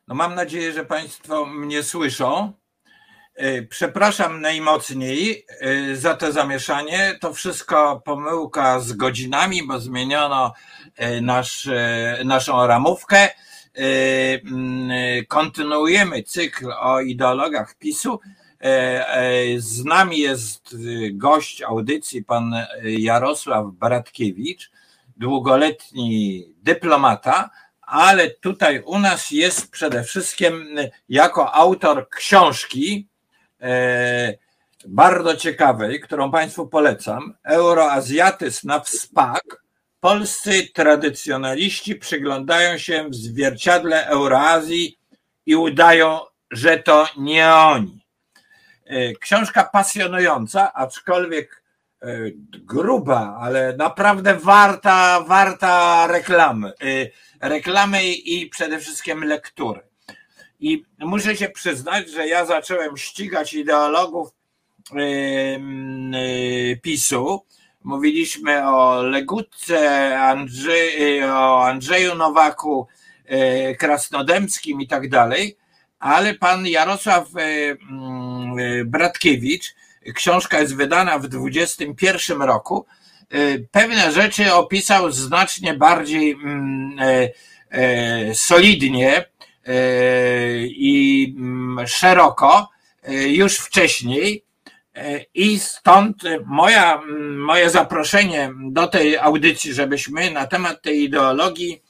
No mam nadzieję, że Państwo mnie słyszą. Przepraszam najmocniej za to zamieszanie. To wszystko pomyłka z godzinami, bo zmieniono naszą ramówkę. Kontynuujemy cykl o ideologach PiS-u. Z nami jest gość audycji, pan Jarosław Bratkiewicz, długoletni dyplomata, ale tutaj u nas jest przede wszystkim jako autor książki bardzo ciekawej, którą Państwu polecam, Euroazjatyzm na wspak. Polscy tradycjonaliści przyglądają się w zwierciadle Euroazji i udają, że to nie oni. Książka pasjonująca, aczkolwiek gruba, ale naprawdę warta reklamy i przede wszystkim lektury. I muszę się przyznać, że ja zacząłem ścigać ideologów PiS-u. Mówiliśmy o Legutce, o Andrzeju Nowaku, Krasnodębskim i tak dalej, ale pan Jarosław Bratkiewicz, książka jest wydana w 2021 roku, pewne rzeczy opisał znacznie bardziej solidnie i szeroko już wcześniej i stąd moje zaproszenie do tej audycji, żebyśmy na temat tej ideologii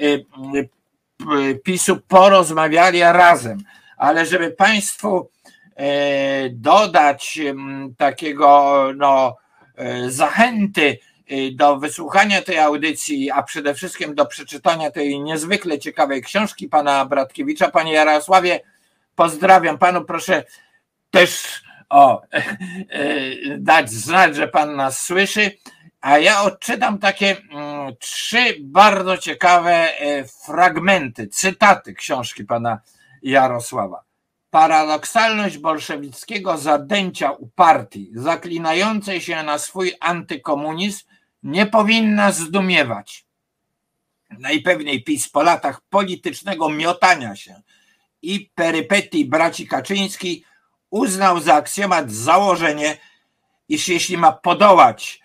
PiS-u porozmawiali razem, ale żeby Państwu dodać takiego zachęty do wysłuchania tej audycji, a przede wszystkim do przeczytania tej niezwykle ciekawej książki pana Bratkiewicza. Panie Jarosławie, pozdrawiam panu, proszę też dać znać, że pan nas słyszy, a ja odczytam takie 3 bardzo ciekawe fragmenty, cytaty książki pana Jarosława. Paradoksalność bolszewickiego zadęcia u partii zaklinającej się na swój antykomunizm nie powinna zdumiewać. Najpewniej PiS po latach politycznego miotania się i perypetii braci Kaczyńskich uznał za aksjomat założenie, iż jeśli ma podołać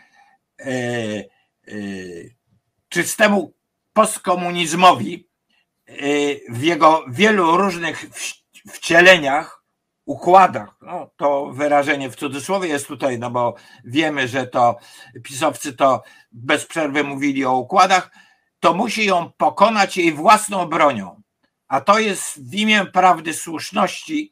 czystemu postkomunizmowi w jego wielu różnych wcieleniach, układach, to wyrażenie w cudzysłowie jest tutaj, bo wiemy, że to pisowcy to bez przerwy mówili o układach, to musi ją pokonać jej własną bronią, a to jest w imię prawdy słuszności.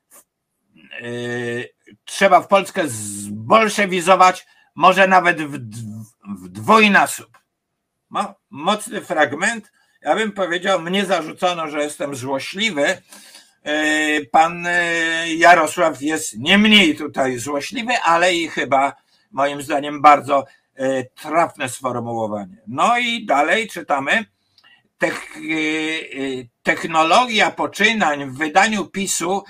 Trzeba w Polskę zbolszewizować, może nawet w dwójnasób. Mocny fragment. Ja bym powiedział, mnie zarzucono, że jestem złośliwy. Pan Jarosław jest nie mniej tutaj złośliwy, ale i chyba moim zdaniem bardzo trafne sformułowanie. No i dalej czytamy. Technologia poczynań w wydaniu PiS-u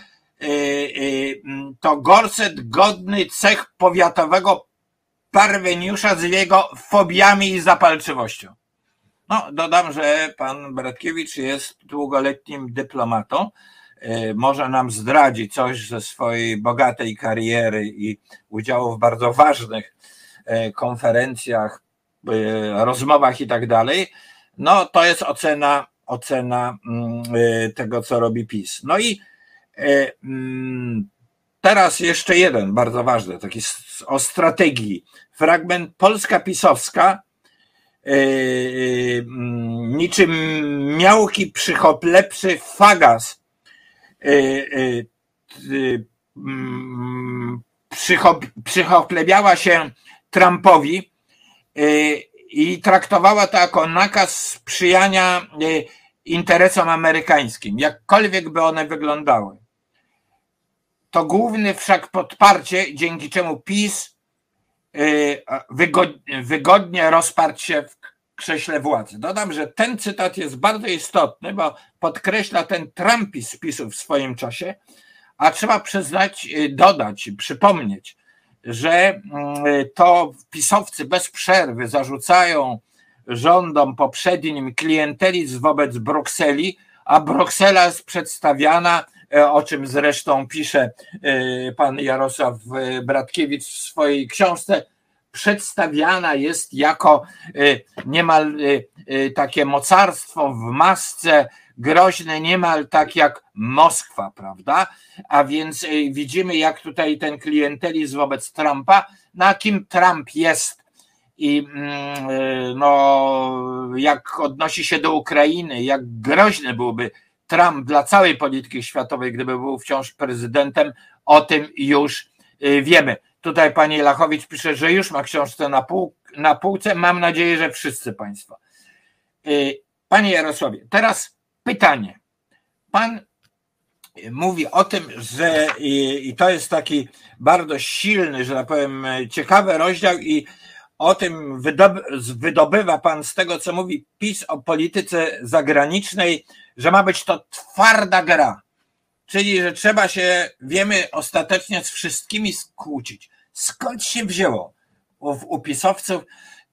to gorset godny cech powiatowego parweniusza z jego fobiami i zapalczywością. Dodam, że pan Bratkiewicz jest długoletnim dyplomatą. Może nam zdradzić coś ze swojej bogatej kariery i udziału w bardzo ważnych konferencjach, rozmowach i tak dalej. To jest ocena tego, co robi PiS. No i teraz jeszcze jeden bardzo ważny, taki o strategii. Fragment Polska pisowska niczym miałki przychoplepszy fagas przychoplebiała się Trumpowi i traktowała to jako nakaz sprzyjania interesom amerykańskim, jakkolwiek by one wyglądały. To główny wszak podparcie, dzięki czemu PiS wygodnie rozparł się w krześle władzy. Dodam, że ten cytat jest bardzo istotny, bo podkreśla ten trumpizm PiS-u w swoim czasie, a trzeba przyznać, dodać, przypomnieć, że to pisowcy bez przerwy zarzucają rządom poprzednim klientelizm wobec Brukseli a Bruksela jest przedstawiana, o czym zresztą pisze pan Jarosław Bratkiewicz w swojej książce, przedstawiana jest jako niemal takie mocarstwo w masce, groźne niemal tak jak Moskwa, prawda? A więc widzimy, jak tutaj ten klientelizm wobec Trumpa, na kim Trump jest i no, jak odnosi się do Ukrainy, jak groźny byłby Trump dla całej polityki światowej, gdyby był wciąż prezydentem, o tym już wiemy. Tutaj pani Lachowicz pisze, że już ma książkę na półce. Mam nadzieję, że wszyscy państwo. Panie Jarosławie, teraz pytanie. Pan mówi o tym, że i to jest taki bardzo silny, że tak powiem, ciekawy rozdział i o tym wydobywa pan z tego, co mówi PiS o polityce zagranicznej, że ma być to twarda gra. Czyli, że trzeba się, wiemy, ostatecznie z wszystkimi skłócić. Skąd się wzięło u pisowców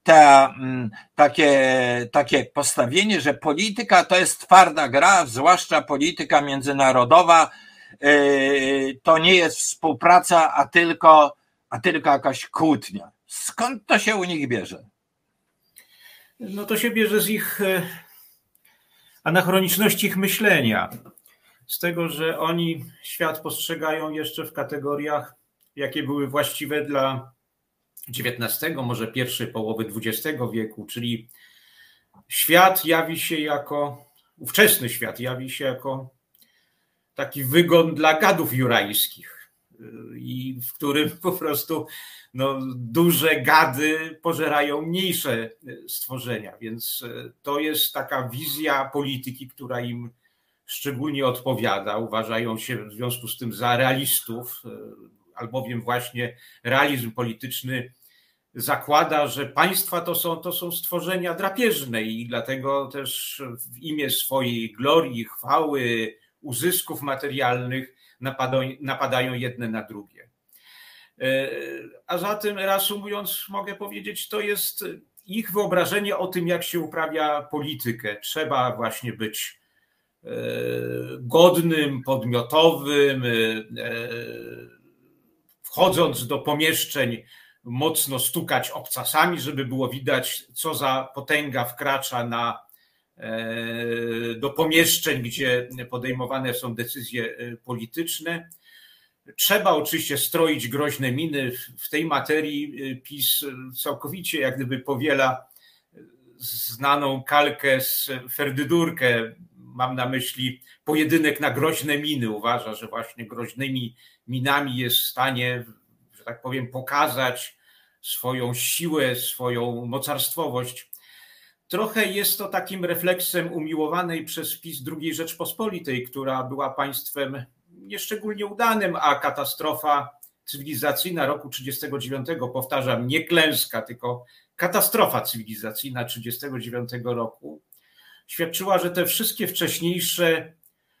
takie postawienie, że polityka to jest twarda gra, zwłaszcza polityka międzynarodowa, to nie jest współpraca, a tylko jakaś kłótnia. Skąd to się u nich bierze? No to się bierze z ich anachroniczności ich myślenia. Z tego, że oni świat postrzegają jeszcze w kategoriach, jakie były właściwe dla XIX, może pierwszej połowy XX wieku, czyli świat jawi się jako, ówczesny świat jawi się jako taki wygon dla gadów jurajskich, i w którym po prostu duże gady pożerają mniejsze stworzenia, więc to jest taka wizja polityki, która im szczególnie odpowiada. Uważają się w związku z tym za realistów, albowiem właśnie realizm polityczny zakłada, że państwa to są stworzenia drapieżne i dlatego też w imię swojej glorii, chwały, uzysków materialnych napadają jedne na drugie. A zatem, reasumując, mogę powiedzieć, to jest ich wyobrażenie o tym, jak się uprawia politykę. Trzeba właśnie być godnym, podmiotowym, wchodząc do pomieszczeń, mocno stukać obcasami, żeby było widać, co za potęga wkracza do pomieszczeń, gdzie podejmowane są decyzje polityczne. Trzeba oczywiście stroić groźne miny. W tej materii PiS całkowicie jak gdyby powiela znaną kalkę z Ferdydurkę. Mam na myśli pojedynek na groźne miny. Uważa, że właśnie groźnymi minami jest w stanie, że tak powiem, pokazać swoją siłę, swoją mocarstwowość. Trochę jest to takim refleksem umiłowanej przez PiS II Rzeczpospolitej, która była państwem nieszczególnie udanym, a katastrofa cywilizacyjna roku 1939, powtarzam, nie klęska, tylko katastrofa cywilizacyjna 1939 roku, świadczyła, że te wszystkie wcześniejsze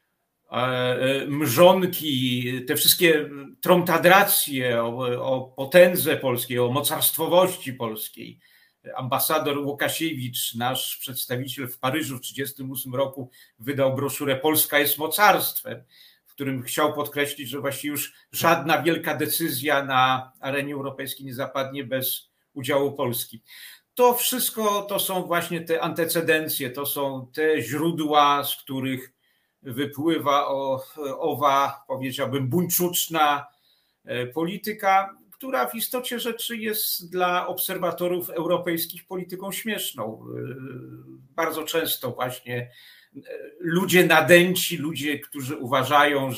mrzonki, te wszystkie tromtadracje o potędze polskiej, o mocarstwowości polskiej. Ambasador Łukasiewicz, nasz przedstawiciel w Paryżu w 1938 roku, wydał broszurę Polska jest mocarstwem, w którym chciał podkreślić, że właściwie już żadna wielka decyzja na arenie europejskiej nie zapadnie bez udziału Polski. To wszystko to są właśnie te antecedencje, to są te źródła, z których wypływa owa, powiedziałbym, buńczuczna polityka, która w istocie rzeczy jest dla obserwatorów europejskich polityką śmieszną. Bardzo często właśnie ludzie nadęci, ludzie, którzy uważają,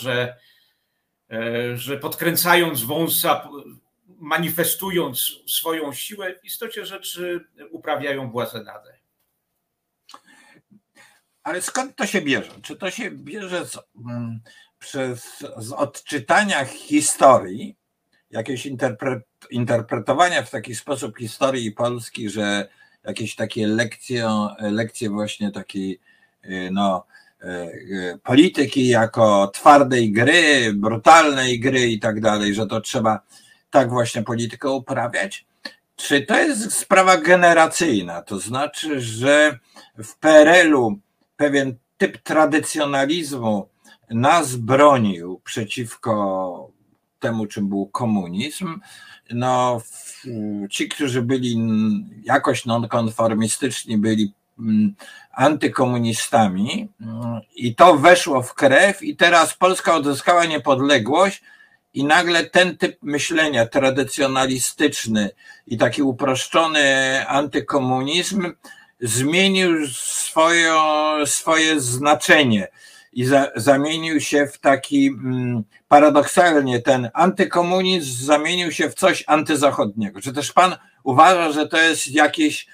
że podkręcając wąsa, manifestując swoją siłę, w istocie rzeczy uprawiają błazenadę. Ale skąd to się bierze? Czy to się bierze z odczytania historii, jakieś interpretowania w taki sposób historii Polski, że jakieś takie lekcje właśnie takiej polityki jako twardej gry, brutalnej gry i tak dalej, że to trzeba tak właśnie politykę uprawiać? Czy to jest sprawa generacyjna? To znaczy, że w PRL-u pewien typ tradycjonalizmu nas bronił przeciwko temu, czym był komunizm, no ci, którzy byli jakoś nonkonformistyczni, byli antykomunistami i to weszło w krew i teraz Polska odzyskała niepodległość i nagle ten typ myślenia tradycjonalistyczny i taki uproszczony antykomunizm zmienił swoje znaczenie i zamienił się w taki, paradoksalnie ten antykomunizm zamienił się w coś antyzachodniego. Czy też pan uważa, że to jest jakieś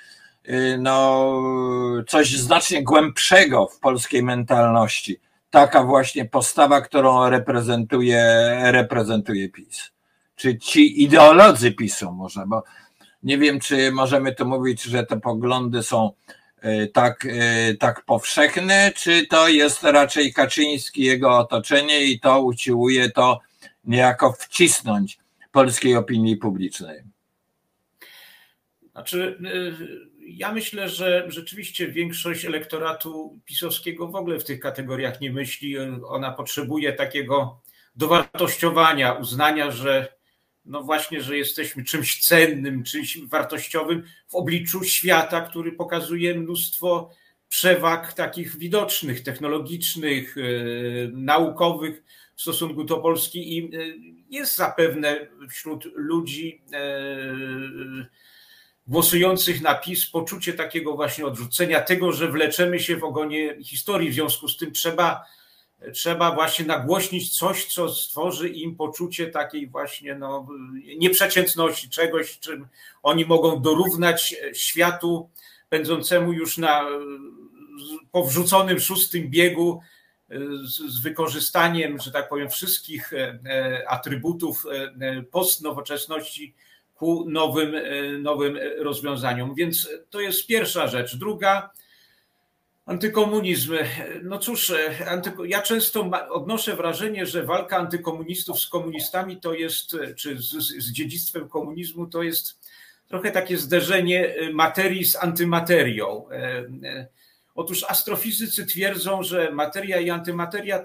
coś znacznie głębszego w polskiej mentalności? Taka właśnie postawa, którą reprezentuje PiS. Czy ci ideolodzy PiS-u może, bo nie wiem, czy możemy tu mówić, że te poglądy są tak powszechne, czy to jest raczej Kaczyński, jego otoczenie i to usiłuje to niejako wcisnąć polskiej opinii publicznej? Znaczy, ja myślę, że rzeczywiście większość elektoratu pisowskiego w ogóle w tych kategoriach nie myśli. Ona potrzebuje takiego dowartościowania, uznania, że no właśnie, że jesteśmy czymś cennym, czymś wartościowym w obliczu świata, który pokazuje mnóstwo przewag takich widocznych, technologicznych, naukowych w stosunku do Polski i jest zapewne wśród ludzi głosujących na PiS poczucie takiego właśnie odrzucenia tego, że wleczemy się w ogonie historii. W związku z tym trzeba właśnie nagłośnić coś, co stworzy im poczucie takiej właśnie nieprzeciętności, czegoś, czym oni mogą dorównać światu pędzącemu już po wrzuconym szóstym biegu z wykorzystaniem, że tak powiem, wszystkich atrybutów postnowoczesności ku nowym rozwiązaniom. Więc to jest pierwsza rzecz. Druga, antykomunizm. No cóż, ja często odnoszę wrażenie, że walka antykomunistów z komunistami to jest, czy z dziedzictwem komunizmu to jest trochę takie zderzenie materii z antymaterią. Otóż astrofizycy twierdzą, że materia i antymateria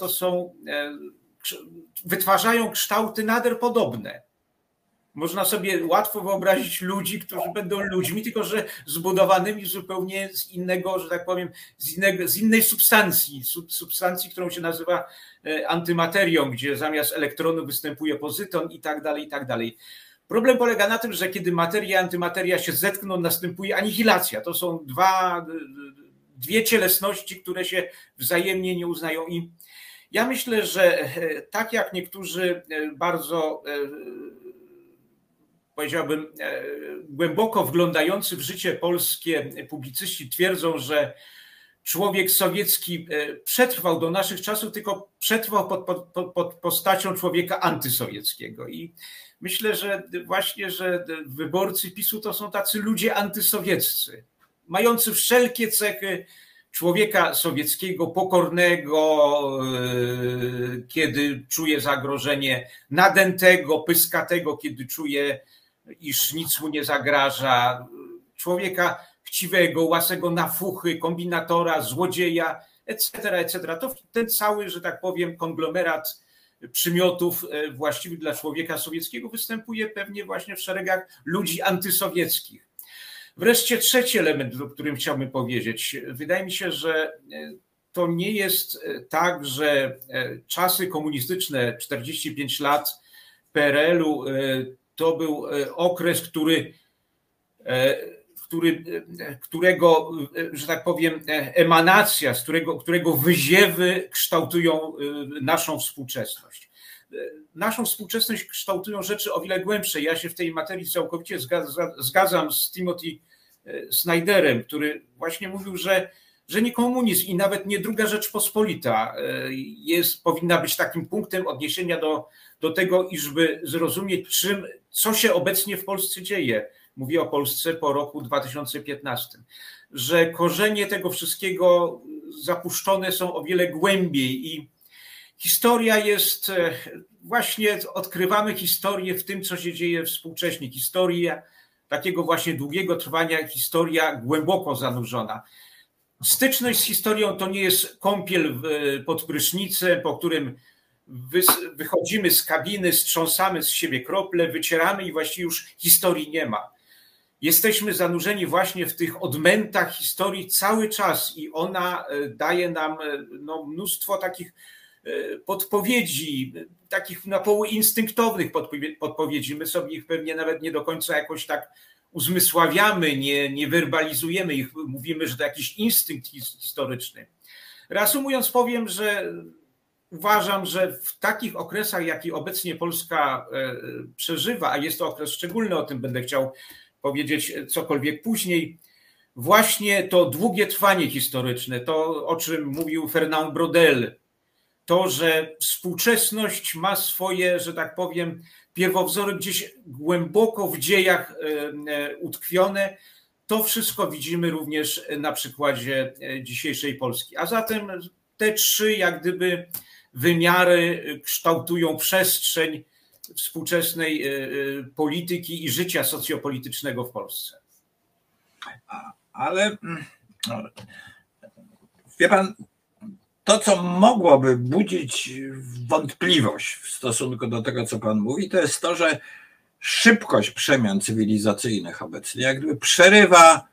wytwarzają kształty nader podobne. Można sobie łatwo wyobrazić ludzi, którzy będą ludźmi, tylko że zbudowanymi zupełnie z innego, że tak powiem, z innej substancji, którą się nazywa antymaterią, gdzie zamiast elektronu występuje pozyton i tak dalej, i tak dalej. Problem polega na tym, że kiedy materia i antymateria się zetkną, następuje anihilacja. To są dwie cielesności, które się wzajemnie nie uznają. I ja myślę, że tak jak niektórzy bardzo, powiedziałbym, głęboko wglądający w życie polskie publicyści twierdzą, że człowiek sowiecki przetrwał do naszych czasów, tylko przetrwał pod postacią człowieka antysowieckiego. I myślę, że właśnie, że wyborcy PiS-u to są tacy ludzie antysowieccy, mający wszelkie cechy człowieka sowieckiego, pokornego, kiedy czuje zagrożenie, nadętego, pyskatego, kiedy czuje, iż nic mu nie zagraża, człowieka chciwego, łasego na fuchy, kombinatora, złodzieja, etc. To ten cały, że tak powiem, konglomerat przymiotów właściwych dla człowieka sowieckiego występuje pewnie właśnie w szeregach ludzi antysowieckich. Wreszcie trzeci element, o którym chciałbym powiedzieć. Wydaje mi się, że to nie jest tak, że czasy komunistyczne, 45 lat PRL-u, to był okres, którego, że tak powiem, emanacja, którego wyziewy kształtują naszą współczesność. Naszą współczesność kształtują rzeczy o wiele głębsze. Ja się w tej materii całkowicie zgadzam z Timothy Snyderem, który właśnie mówił, że nie komunizm i nawet nie II Rzeczpospolita powinna być takim punktem odniesienia do tego, iżby zrozumieć, co się obecnie w Polsce dzieje. Mówię o Polsce po roku 2015. Że korzenie tego wszystkiego zapuszczone są o wiele głębiej i historia jest, właśnie odkrywamy historię w tym, co się dzieje współcześnie. Historia takiego właśnie długiego trwania, historia głęboko zanurzona. Styczność z historią to nie jest kąpiel pod prysznicem, po którym wychodzimy z kabiny, strząsamy z siebie krople, wycieramy i właściwie już historii nie ma. Jesteśmy zanurzeni właśnie w tych odmętach historii cały czas i ona daje nam mnóstwo takich podpowiedzi, takich na pół instynktownych podpowiedzi. My sobie ich pewnie nawet nie do końca jakoś tak uzmysławiamy, nie werbalizujemy ich, mówimy, że to jakiś instynkt historyczny. Reasumując powiem, że uważam, że w takich okresach, jaki obecnie Polska przeżywa, a jest to okres szczególny, o tym będę chciał powiedzieć cokolwiek później, właśnie to długie trwanie historyczne, to o czym mówił Fernand Braudel, to, że współczesność ma swoje, że tak powiem, pierwowzory gdzieś głęboko w dziejach utkwione, to wszystko widzimy również na przykładzie dzisiejszej Polski. A zatem te trzy jak gdyby wymiary kształtują przestrzeń współczesnej polityki i życia socjopolitycznego w Polsce. Ale wie pan, to co mogłoby budzić wątpliwość w stosunku do tego, co pan mówi, to jest to, że szybkość przemian cywilizacyjnych obecnie jak gdyby przerywa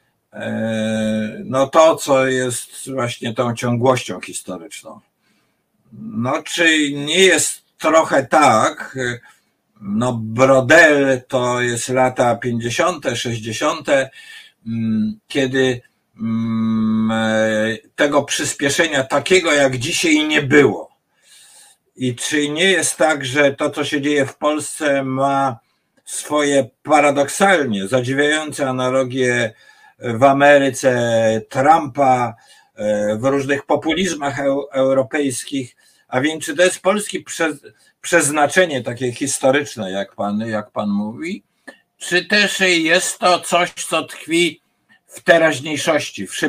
to, co jest właśnie tą ciągłością historyczną. Czy nie jest trochę tak, Braudel to jest lata 50., 60., kiedy tego przyspieszenia takiego jak dzisiaj nie było. I czy nie jest tak, że to, co się dzieje w Polsce, ma swoje paradoksalnie zadziwiające analogie w Ameryce, Trumpa, w różnych populizmach europejskich, a więc czy to jest polskie przeznaczenie takie historyczne, jak pan mówi, czy też jest to coś, co tkwi w teraźniejszości, w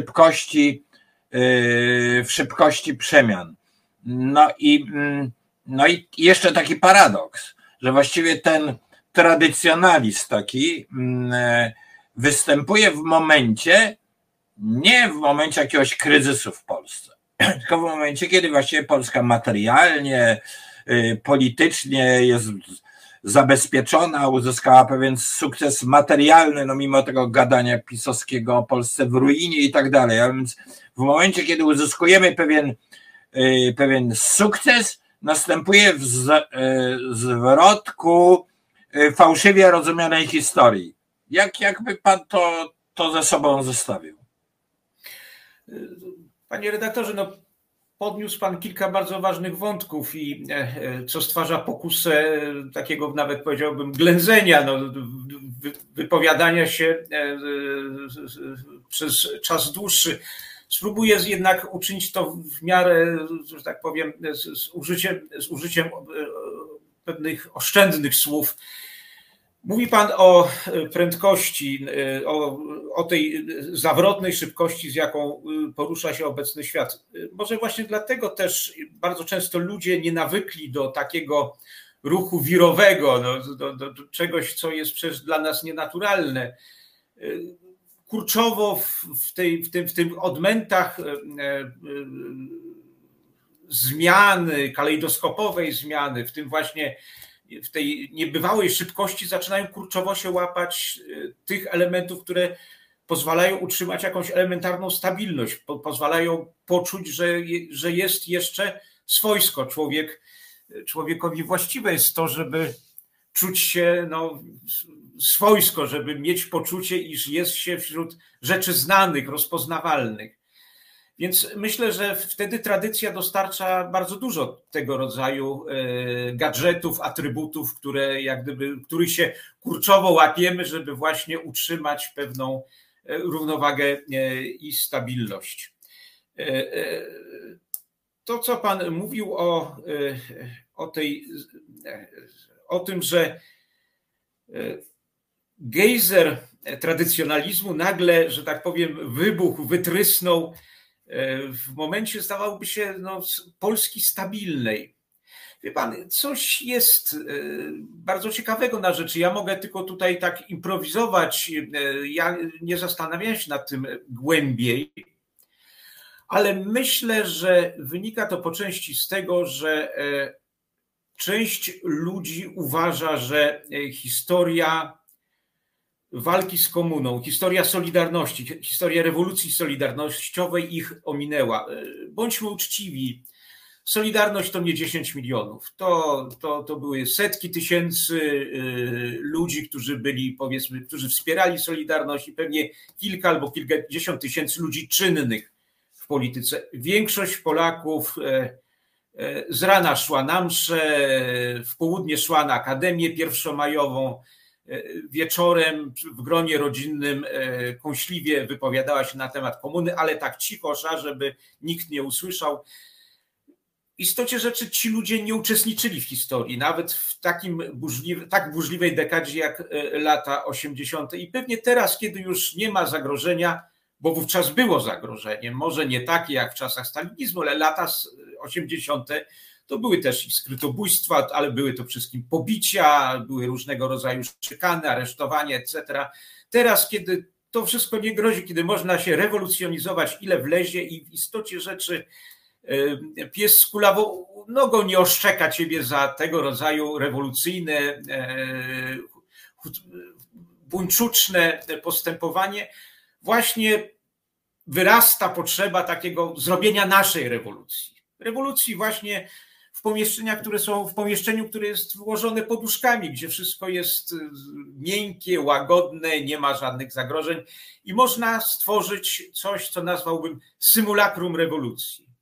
szybkości przemian. I jeszcze taki paradoks, że właściwie ten tradycjonalizm taki występuje nie w momencie jakiegoś kryzysu w Polsce, tylko w momencie, kiedy właściwie Polska materialnie, politycznie jest zabezpieczona, uzyskała pewien sukces materialny, mimo tego gadania pisowskiego o Polsce w ruinie i tak dalej. A więc w momencie, kiedy uzyskujemy pewien sukces, następuje zwrot ku fałszywie rozumianej historii. Jakby pan to ze sobą zestawił? Panie redaktorze, podniósł pan kilka bardzo ważnych wątków i co stwarza pokusę takiego nawet powiedziałbym ględzenia, wypowiadania się przez czas dłuższy. Spróbuję jednak uczynić to w miarę, że tak powiem, z użyciem pewnych oszczędnych słów. Mówi pan o prędkości, o tej zawrotnej szybkości, z jaką porusza się obecny świat. Może właśnie dlatego też bardzo często ludzie nie nawykli do takiego ruchu wirowego, do czegoś, co jest przecież dla nas nienaturalne. Kurczowo w tym odmętach zmiany, kalejdoskopowej zmiany, w tym właśnie w tej niebywałej szybkości zaczynają kurczowo się łapać tych elementów, które pozwalają utrzymać jakąś elementarną stabilność, pozwalają poczuć, że jest jeszcze swojsko. Człowiekowi właściwe jest to, żeby czuć się swojsko, żeby mieć poczucie, iż jest się wśród rzeczy znanych, rozpoznawalnych. Więc myślę, że wtedy tradycja dostarcza bardzo dużo tego rodzaju gadżetów, atrybutów, których się kurczowo łapiemy, żeby właśnie utrzymać pewną równowagę i stabilność. To, co pan mówił o tym, że gejzer tradycjonalizmu nagle, że tak powiem, wybuchł, wytrysnął w momencie, zdawałoby się, Polski stabilnej. Wie pan, coś jest bardzo ciekawego na rzeczy. Ja mogę tylko tutaj tak improwizować. Ja nie zastanawiałem się nad tym głębiej, ale myślę, że wynika to po części z tego, że część ludzi uważa, że historia walki z komuną, historia Solidarności, historia rewolucji solidarnościowej ich ominęła. Bądźmy uczciwi. Solidarność to nie 10 milionów. To były setki tysięcy ludzi, którzy byli, powiedzmy, którzy wspierali Solidarność i pewnie kilka albo kilkadziesiąt tysięcy ludzi czynnych w polityce. Większość Polaków z rana szła na mszę, w południe szła na Akademię Pierwszomajową, wieczorem w gronie rodzinnym kąśliwie wypowiadała się na temat komuny, ale tak cicho, żeby nikt nie usłyszał. W istocie rzeczy ci ludzie nie uczestniczyli w historii, nawet w tak burzliwej dekadzie jak lata 80. I pewnie teraz, kiedy już nie ma zagrożenia, bo wówczas było zagrożenie, może nie takie jak w czasach stalinizmu, ale lata 80. to były też i skrytobójstwa, ale były to wszystkim pobicia, były różnego rodzaju szykany, aresztowania, etc. Teraz, kiedy to wszystko nie grozi, kiedy można się rewolucjonizować ile wlezie i w istocie rzeczy pies z kulawą nogą nie oszczeka ciebie za tego rodzaju rewolucyjne, buńczuczne postępowanie, właśnie wyrasta potrzeba takiego zrobienia naszej rewolucji. Rewolucji właśnie w pomieszczeniach, które są w pomieszczeniu, które jest wyłożone poduszkami, gdzie wszystko jest miękkie, łagodne, nie ma żadnych zagrożeń i można stworzyć coś, co nazwałbym symulakrum rewolucji.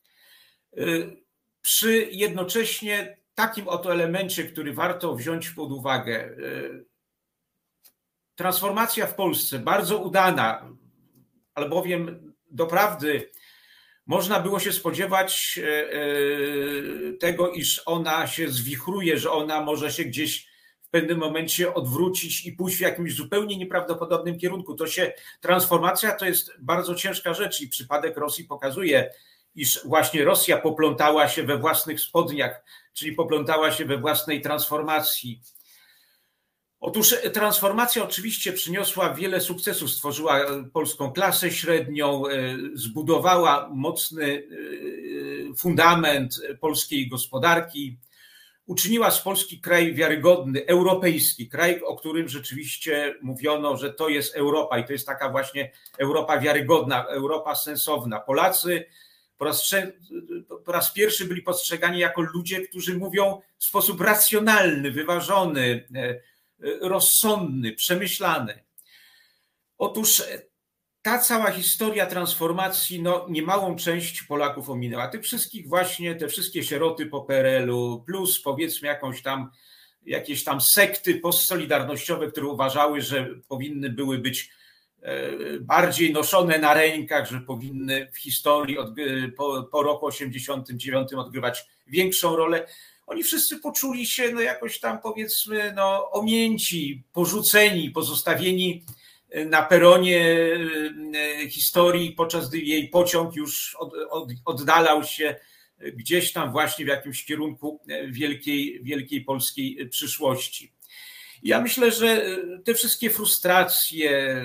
Przy jednocześnie takim oto elemencie, który warto wziąć pod uwagę, transformacja w Polsce bardzo udana, albowiem doprawdy można było się spodziewać tego, iż ona się zwichruje, że ona może się gdzieś w pewnym momencie odwrócić i pójść w jakimś zupełnie nieprawdopodobnym kierunku. Transformacja to jest bardzo ciężka rzecz i przypadek Rosji pokazuje, iż właśnie Rosja poplątała się we własnych spodniach, czyli poplątała się we własnej transformacji. Otóż transformacja oczywiście przyniosła wiele sukcesów, stworzyła polską klasę średnią, zbudowała mocny fundament polskiej gospodarki, uczyniła z Polski kraj wiarygodny, europejski, kraj, o którym rzeczywiście mówiono, że to jest Europa i to jest taka właśnie Europa wiarygodna, Europa sensowna. Polacy po raz pierwszy byli postrzegani jako ludzie, którzy mówią w sposób racjonalny, wyważony, rozsądny, przemyślany. Otóż ta cała historia transformacji niemałą część Polaków ominęła. Te wszystkie sieroty po PRL-u, plus powiedzmy jakieś tam sekty postsolidarnościowe, które uważały, że powinny były być bardziej noszone na rękach, że powinny w historii po roku 89 odgrywać większą rolę. Oni wszyscy poczuli się jakoś tam powiedzmy omięci, porzuceni, pozostawieni na peronie historii, podczas gdy jej pociąg już oddalał się gdzieś tam właśnie w jakimś kierunku wielkiej polskiej przyszłości. Ja myślę, że te wszystkie frustracje,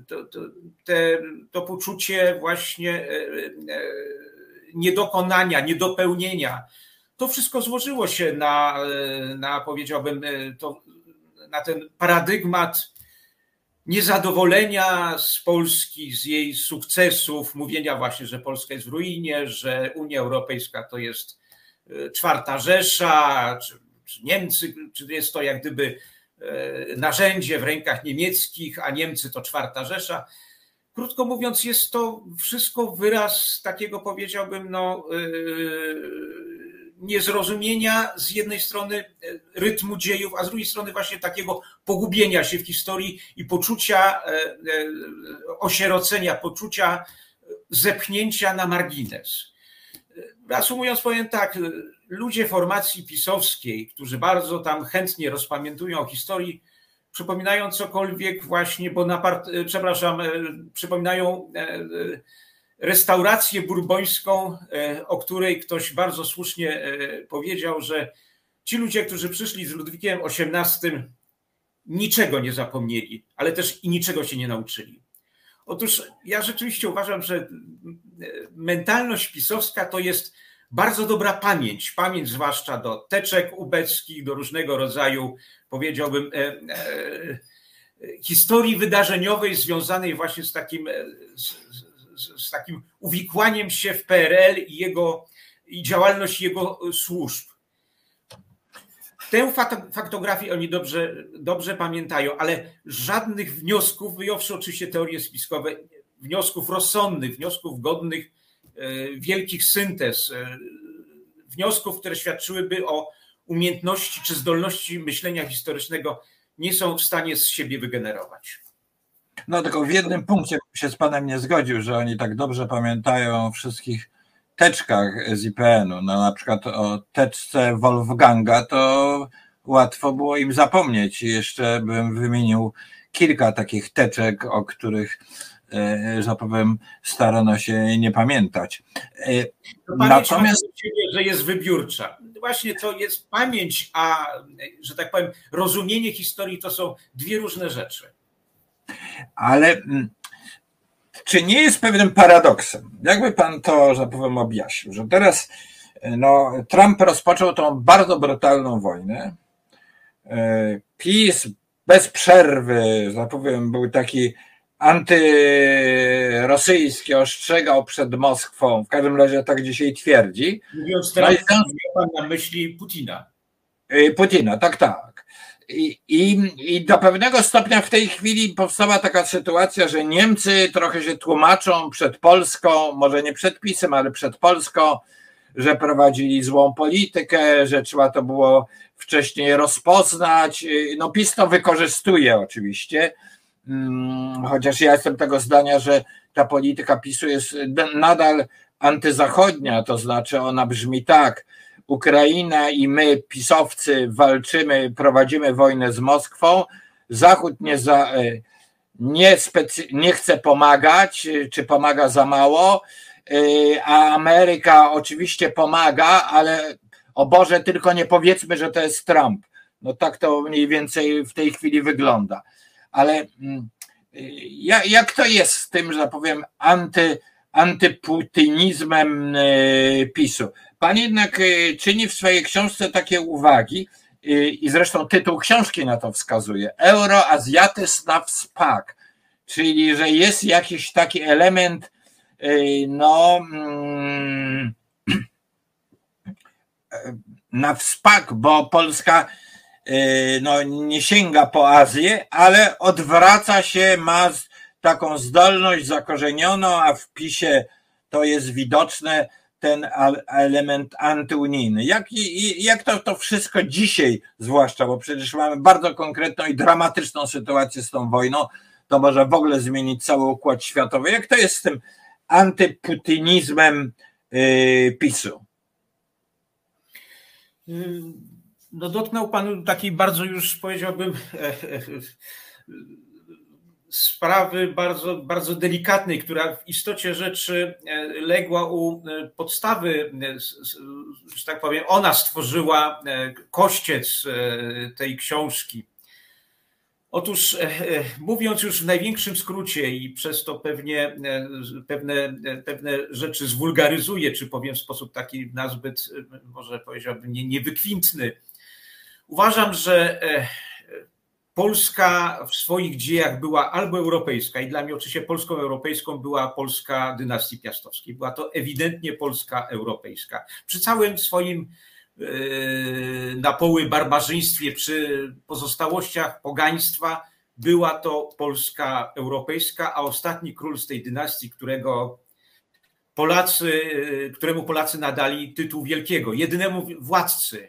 to poczucie właśnie niedokonania, niedopełnienia, to wszystko złożyło się powiedziałbym, na ten paradygmat niezadowolenia z Polski, z jej sukcesów, mówienia właśnie, że Polska jest w ruinie, że Unia Europejska to jest czwarta Rzesza, czy Niemcy, czy jest to jak gdyby narzędzie w rękach niemieckich, a Niemcy to czwarta Rzesza. Krótko mówiąc, jest to wszystko wyraz takiego, powiedziałbym, niezrozumienia z jednej strony rytmu dziejów, a z drugiej strony właśnie takiego pogubienia się w historii i poczucia osierocenia, poczucia zepchnięcia na margines. Reasumując, powiem tak, ludzie formacji pisowskiej, którzy bardzo tam chętnie rozpamiętują o historii, przypominają cokolwiek właśnie przypominają restaurację burbońską, o której ktoś bardzo słusznie powiedział, że ci ludzie, którzy przyszli z Ludwikiem XVIII, niczego nie zapomnieli, ale też i niczego się nie nauczyli. Otóż ja rzeczywiście uważam, że mentalność pisowska to jest bardzo dobra pamięć. Pamięć zwłaszcza do teczek ubeckich, do różnego rodzaju, powiedziałbym, historii wydarzeniowej związanej właśnie z takim uwikłaniem się w PRL i działalność jego służb. Tę faktografię oni dobrze pamiętają, ale żadnych wniosków, wyjąwszy oczywiście teorie spiskowe, wniosków rozsądnych, wniosków godnych wielkich syntez, wniosków, które świadczyłyby o umiejętności czy zdolności myślenia historycznego, nie są w stanie z siebie wygenerować. No tylko w jednym punkcie się z panem nie zgodził, że oni tak dobrze pamiętają o wszystkich teczkach z IPN-u. No na przykład o teczce Wolfganga to łatwo było im zapomnieć. I jeszcze bym wymienił kilka takich teczek, o których, że powiem, starano się nie pamiętać. Natomiast że jest wybiórcza. Właśnie to jest pamięć, a że tak powiem, rozumienie historii to są dwie różne rzeczy. Ale czy nie jest pewnym paradoksem? Jakby pan to, że powiem, objaśnił, że teraz Trump rozpoczął tą bardzo brutalną wojnę. PiS bez przerwy, że powiem, był taki antyrosyjski, ostrzegał przed Moskwą, w każdym razie tak dzisiaj twierdzi. Mówiąc teraz, miał pan na myśli Putina. Putina, tak. I do pewnego stopnia w tej chwili powstała taka sytuacja, że Niemcy trochę się tłumaczą przed Polską, może nie przed PiS-em, ale przed Polską, że prowadzili złą politykę, że trzeba to było wcześniej rozpoznać. No PiS to wykorzystuje oczywiście, chociaż ja jestem tego zdania, że ta polityka PiS-u jest nadal antyzachodnia, to znaczy ona brzmi tak: Ukraina i my, pisowcy, walczymy, prowadzimy wojnę z Moskwą, Zachód nie chce pomagać, czy pomaga za mało, a Ameryka oczywiście pomaga, ale o Boże, tylko nie powiedzmy, że to jest Trump. No tak to mniej więcej w tej chwili wygląda. Ale jak to jest z tym, że powiem, antyputinizmem PiS-u? Pan jednak czyni w swojej książce takie uwagi i zresztą tytuł książki na to wskazuje: Euroazjatyzm na wspak, czyli że jest jakiś taki element na wspak, bo Polska nie sięga po Azję, ale odwraca się, ma taką zdolność zakorzenioną, a w PiS-ie to jest widoczne, ten element antyunijny. Jak to wszystko dzisiaj, zwłaszcza, bo przecież mamy bardzo konkretną i dramatyczną sytuację z tą wojną, to może w ogóle zmienić cały układ światowy. Jak to jest z tym antyputinizmem PiS-u? No dotknął pan takiej bardzo, już powiedziałbym, sprawy bardzo, bardzo delikatnej, która w istocie rzeczy legła u podstawy, że tak powiem, ona stworzyła kościec tej książki. Otóż, mówiąc już w największym skrócie i przez to pewne rzeczy zwulgaryzuję, czy powiem w sposób taki nazbyt, może powiedziałbym, niewykwintny, uważam, że Polska w swoich dziejach była albo europejska, i dla mnie oczywiście Polską europejską była Polska dynastii Piastowskiej. Była to ewidentnie Polska europejska. Przy całym swoim na poły barbarzyństwie, przy pozostałościach pogaństwa, była to Polska europejska, a ostatni król z tej dynastii, któremu Polacy nadali tytuł wielkiego, jedynemu władcy,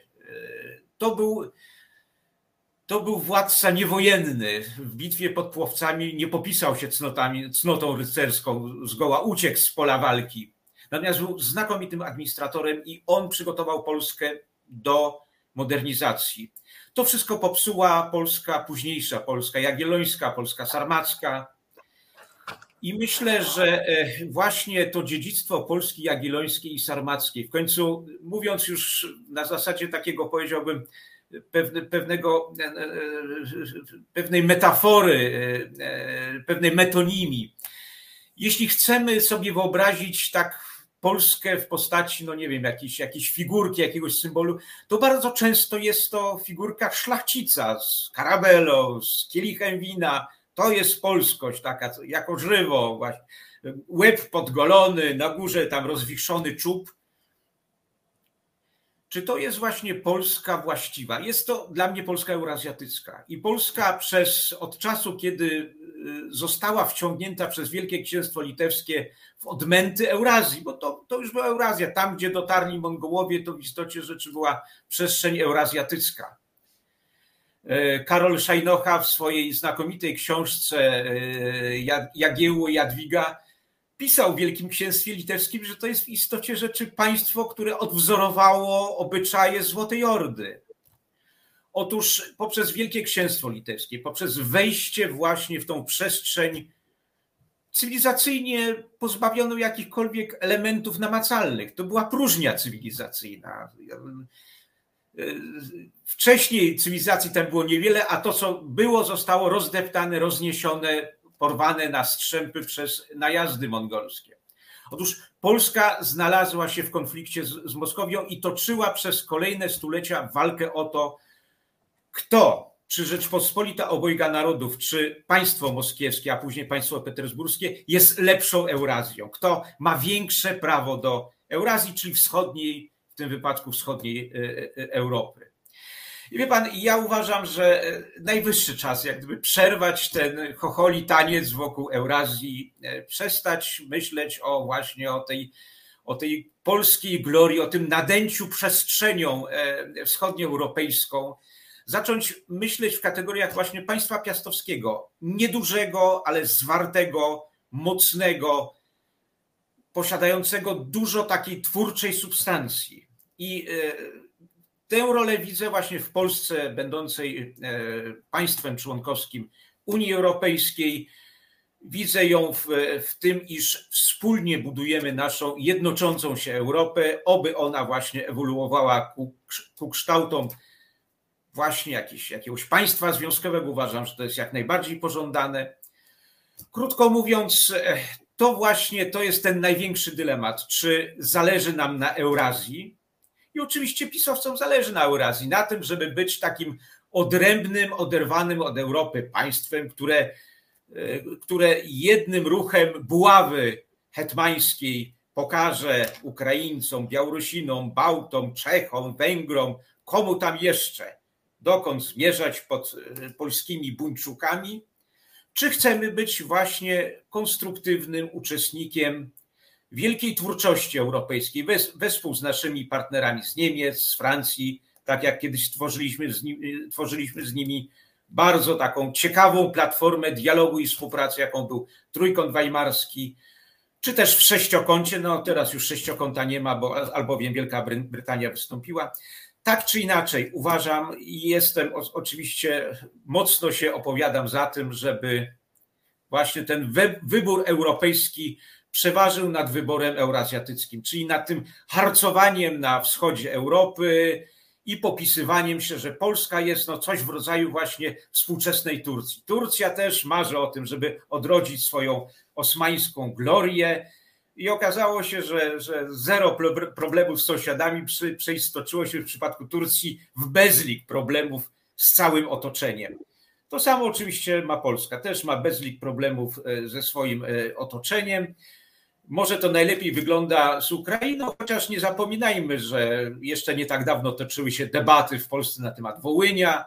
to był władca niewojenny. W bitwie pod Płowcami nie popisał się cnotą rycerską, zgoła uciekł z pola walki. Natomiast był znakomitym administratorem i on przygotował Polskę do modernizacji. To wszystko popsuła Polska późniejsza, Polska Jagiellońska, Polska Sarmacka. I myślę, że właśnie to dziedzictwo Polski Jagiellońskiej i Sarmackiej, w końcu mówiąc już na zasadzie takiego, powiedziałbym, pewnej metafory, pewnej metonimii, jeśli chcemy sobie wyobrazić tak Polskę w postaci, no nie wiem, jakiejś figurki, jakiegoś symbolu, to bardzo często jest to figurka szlachcica z karabelą, z kielichem wina. To jest polskość taka, jako żywo, właśnie. Łeb podgolony, na górze tam rozwichrzony czub. Czy to jest właśnie Polska właściwa? Jest to dla mnie Polska eurazjatycka. I Polska od czasu, kiedy została wciągnięta przez Wielkie Księstwo Litewskie w odmęty Eurazji, bo to już była Eurazja. Tam, gdzie dotarli Mongołowie, to w istocie rzeczy była przestrzeń eurazjatycka. Karol Szajnocha w swojej znakomitej książce Jagiełło Jadwiga pisał w Wielkim Księstwie Litewskim, że to jest w istocie rzeczy państwo, które odwzorowało obyczaje Złotej Ordy. Otóż poprzez Wielkie Księstwo Litewskie, poprzez wejście właśnie w tą przestrzeń cywilizacyjnie pozbawioną jakichkolwiek elementów namacalnych, to była próżnia cywilizacyjna. Wcześniej cywilizacji tam było niewiele, a to, co było, zostało rozdeptane, rozniesione, porwane na strzępy przez najazdy mongolskie. Otóż Polska znalazła się w konflikcie z Moskowią i toczyła przez kolejne stulecia walkę o to, kto, czy Rzeczpospolita Obojga Narodów, czy państwo moskiewskie, a później państwo petersburskie jest lepszą Eurazją. Kto ma większe prawo do Eurazji, czyli wschodniej, w tym wypadku wschodniej Europy. I wie pan, ja uważam, że najwyższy czas jak gdyby przerwać ten chocholi taniec wokół Eurazji, przestać myśleć o tej polskiej glorii, o tym nadęciu przestrzenią wschodnioeuropejską, zacząć myśleć w kategoriach właśnie państwa piastowskiego, niedużego, ale zwartego, mocnego, posiadającego dużo takiej twórczej substancji. I tę rolę widzę właśnie w Polsce, będącej państwem członkowskim Unii Europejskiej. Widzę ją w tym, iż wspólnie budujemy naszą jednoczącą się Europę, oby ona właśnie ewoluowała ku kształtom właśnie jakiegoś państwa związkowego. Uważam, że to jest jak najbardziej pożądane. Krótko mówiąc, to jest ten największy dylemat, czy zależy nam na Eurazji. I oczywiście pisowcom zależy na Eurazji, na tym, żeby być takim odrębnym, oderwanym od Europy państwem, które jednym ruchem buławy hetmańskiej pokaże Ukraińcom, Białorusinom, Bałtom, Czechom, Węgrom, komu tam jeszcze, dokąd zmierzać pod polskimi buńczukami, czy chcemy być właśnie konstruktywnym uczestnikiem wielkiej twórczości europejskiej wespół z naszymi partnerami z Niemiec, z Francji, tak jak kiedyś tworzyliśmy z nimi bardzo taką ciekawą platformę dialogu i współpracy, jaką był Trójkąt Weimarski, czy też w sześciokącie, no teraz już sześciokąta nie ma, albowiem Wielka Brytania wystąpiła. Tak czy inaczej uważam i oczywiście mocno się opowiadam za tym, żeby właśnie ten wybór europejski przeważył nad wyborem eurazjatyckim, czyli nad tym harcowaniem na wschodzie Europy i popisywaniem się, że Polska jest coś w rodzaju właśnie współczesnej Turcji. Turcja też marzy o tym, żeby odrodzić swoją osmańską glorię i okazało się, że zero problemów z sąsiadami przeistoczyło się w przypadku Turcji w bezlik problemów z całym otoczeniem. To samo oczywiście ma Polska, też ma bezlik problemów ze swoim otoczeniem. Może to najlepiej wygląda z Ukrainą, chociaż nie zapominajmy, że jeszcze nie tak dawno toczyły się debaty w Polsce na temat Wołynia,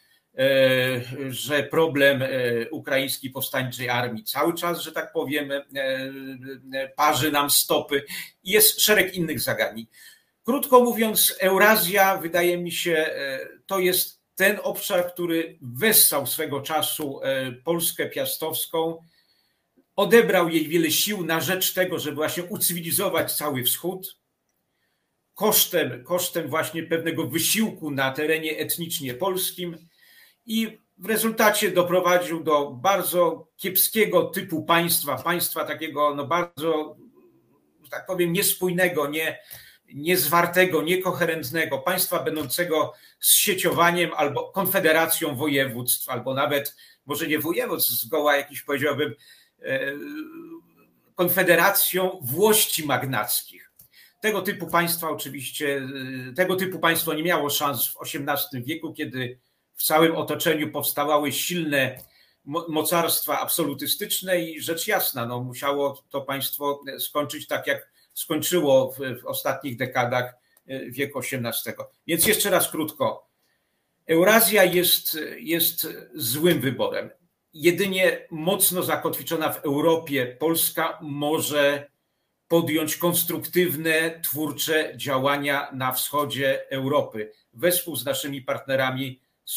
że problem ukraińskiej powstańczej armii cały czas, że tak powiem, parzy nam stopy i jest szereg innych zagadnień. Krótko mówiąc, Eurazja, wydaje mi się, to jest ten obszar, który wessał swego czasu Polskę piastowską, odebrał jej wiele sił na rzecz tego, żeby właśnie ucywilizować cały wschód, kosztem właśnie pewnego wysiłku na terenie etnicznie polskim i w rezultacie doprowadził do bardzo kiepskiego typu państwa takiego bardzo, że tak powiem, niespójnego, niezwartego, niekoherentnego, państwa będącego zsieciowaniem albo konfederacją województw, albo nawet może nie województw, zgoła jakiś, powiedziałbym, konfederacją włości magnackich. Tego typu państwa oczywiście, tego typu państwo nie miało szans w XVIII wieku, kiedy w całym otoczeniu powstawały silne mocarstwa absolutystyczne i rzecz jasna, no, musiało to państwo skończyć tak, jak skończyło w ostatnich dekadach wieku XVIII. Więc jeszcze raz krótko. Eurazja jest złym wyborem. Jedynie mocno zakotwiczona w Europie Polska może podjąć konstruktywne, twórcze działania na wschodzie Europy, wespół z naszymi partnerami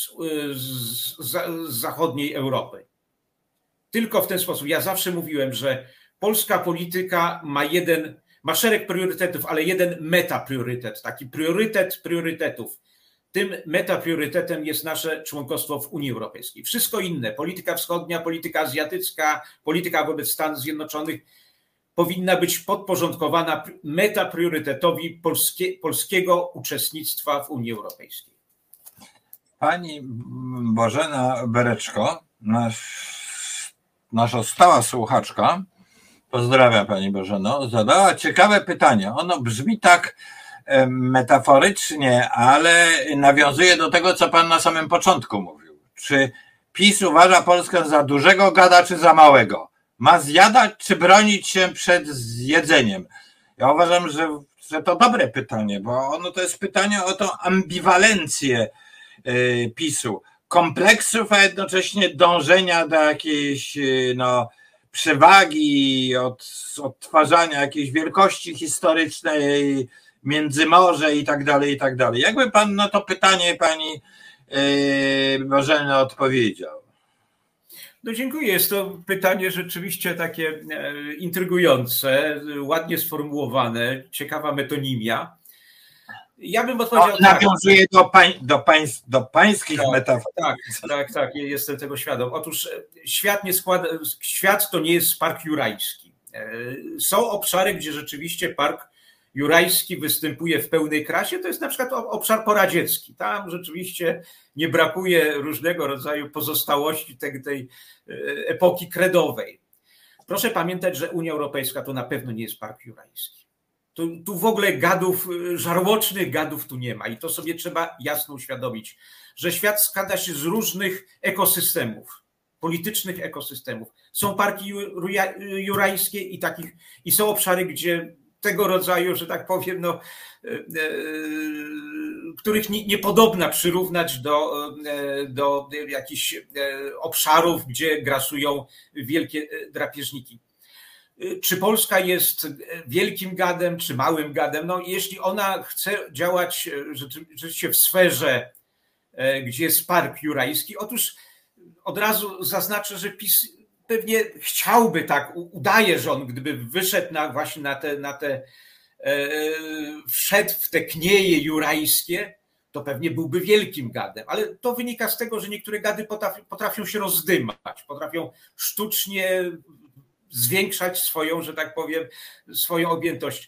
z zachodniej Europy. Tylko w ten sposób. Ja zawsze mówiłem, że polska polityka ma szereg priorytetów, ale jeden metapriorytet, taki priorytet priorytetów. Tym metapriorytetem jest nasze członkostwo w Unii Europejskiej. Wszystko inne, polityka wschodnia, polityka azjatycka, polityka wobec Stanów Zjednoczonych powinna być podporządkowana metapriorytetowi polskiego uczestnictwa w Unii Europejskiej. Pani Bożena Bereczko, nasza stała słuchaczka, pozdrawiam Pani Bożeno, zadała ciekawe pytanie. Ono brzmi tak metaforycznie, ale nawiązuje do tego, co Pan na samym początku mówił. Czy PiS uważa Polskę za dużego gada, czy za małego? Ma zjadać, czy bronić się przed zjedzeniem? Ja uważam, że to dobre pytanie, bo ono to jest pytanie o tą ambiwalencję PiS-u. Kompleksów, a jednocześnie dążenia do jakiejś przewagi, odtwarzania jakiejś wielkości historycznej, Międzymorze i tak dalej, i tak dalej. Jakby Pan na to pytanie Pani Bożena odpowiedział? No dziękuję. Jest to pytanie rzeczywiście takie intrygujące, ładnie sformułowane, ciekawa metonimia. Ja bym odpowiedział nawiązuje do pańskich metafor. Tak, jestem tego świadom. Otóż świat to nie jest park jurajski. Są obszary, gdzie rzeczywiście park jurajski występuje w pełnej krasie, to jest na przykład obszar poradziecki. Tam rzeczywiście nie brakuje różnego rodzaju pozostałości tej epoki kredowej. Proszę pamiętać, że Unia Europejska to na pewno nie jest park jurajski. Tu w ogóle żarłocznych gadów tu nie ma i to sobie trzeba jasno uświadomić, że świat składa się z różnych ekosystemów, politycznych ekosystemów. Są parki jurajskie i są obszary, gdzie tego rodzaju, że tak powiem, których niepodobna przyrównać do jakichś obszarów, gdzie grasują wielkie drapieżniki. Czy Polska jest wielkim gadem, czy małym gadem? No, jeśli ona chce działać rzeczywiście w sferze, gdzie jest park jurajski, otóż od razu zaznaczę, że PiS pewnie chciałby tak, udaje, że on gdyby wyszedł wszedł w te knieje jurajskie, to pewnie byłby wielkim gadem, ale to wynika z tego, że niektóre gady potrafią się rozdymać, potrafią sztucznie zwiększać swoją, że tak powiem, swoją objętość.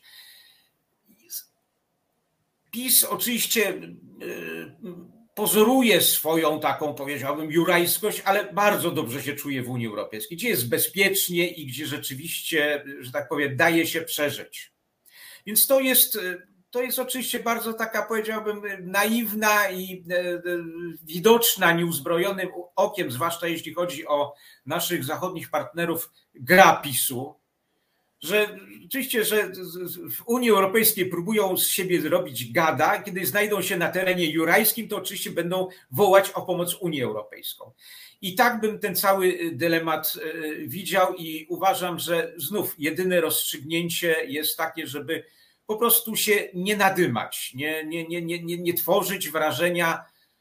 PiS oczywiście pozoruje swoją taką, powiedziałbym, jurajskość, ale bardzo dobrze się czuje w Unii Europejskiej, gdzie jest bezpiecznie i gdzie rzeczywiście, że tak powiem, daje się przeżyć. Więc to jest oczywiście bardzo taka, powiedziałbym, naiwna i widoczna nieuzbrojonym okiem, zwłaszcza jeśli chodzi o naszych zachodnich partnerów, gra PiS-u, że oczywiście, że w Unii Europejskiej próbują z siebie zrobić gada, kiedy znajdą się na terenie jurajskim, to oczywiście będą wołać o pomoc Unię Europejską. I tak bym ten cały dylemat widział i uważam, że znów jedyne rozstrzygnięcie jest takie, żeby po prostu się nie nadymać, nie tworzyć wrażenia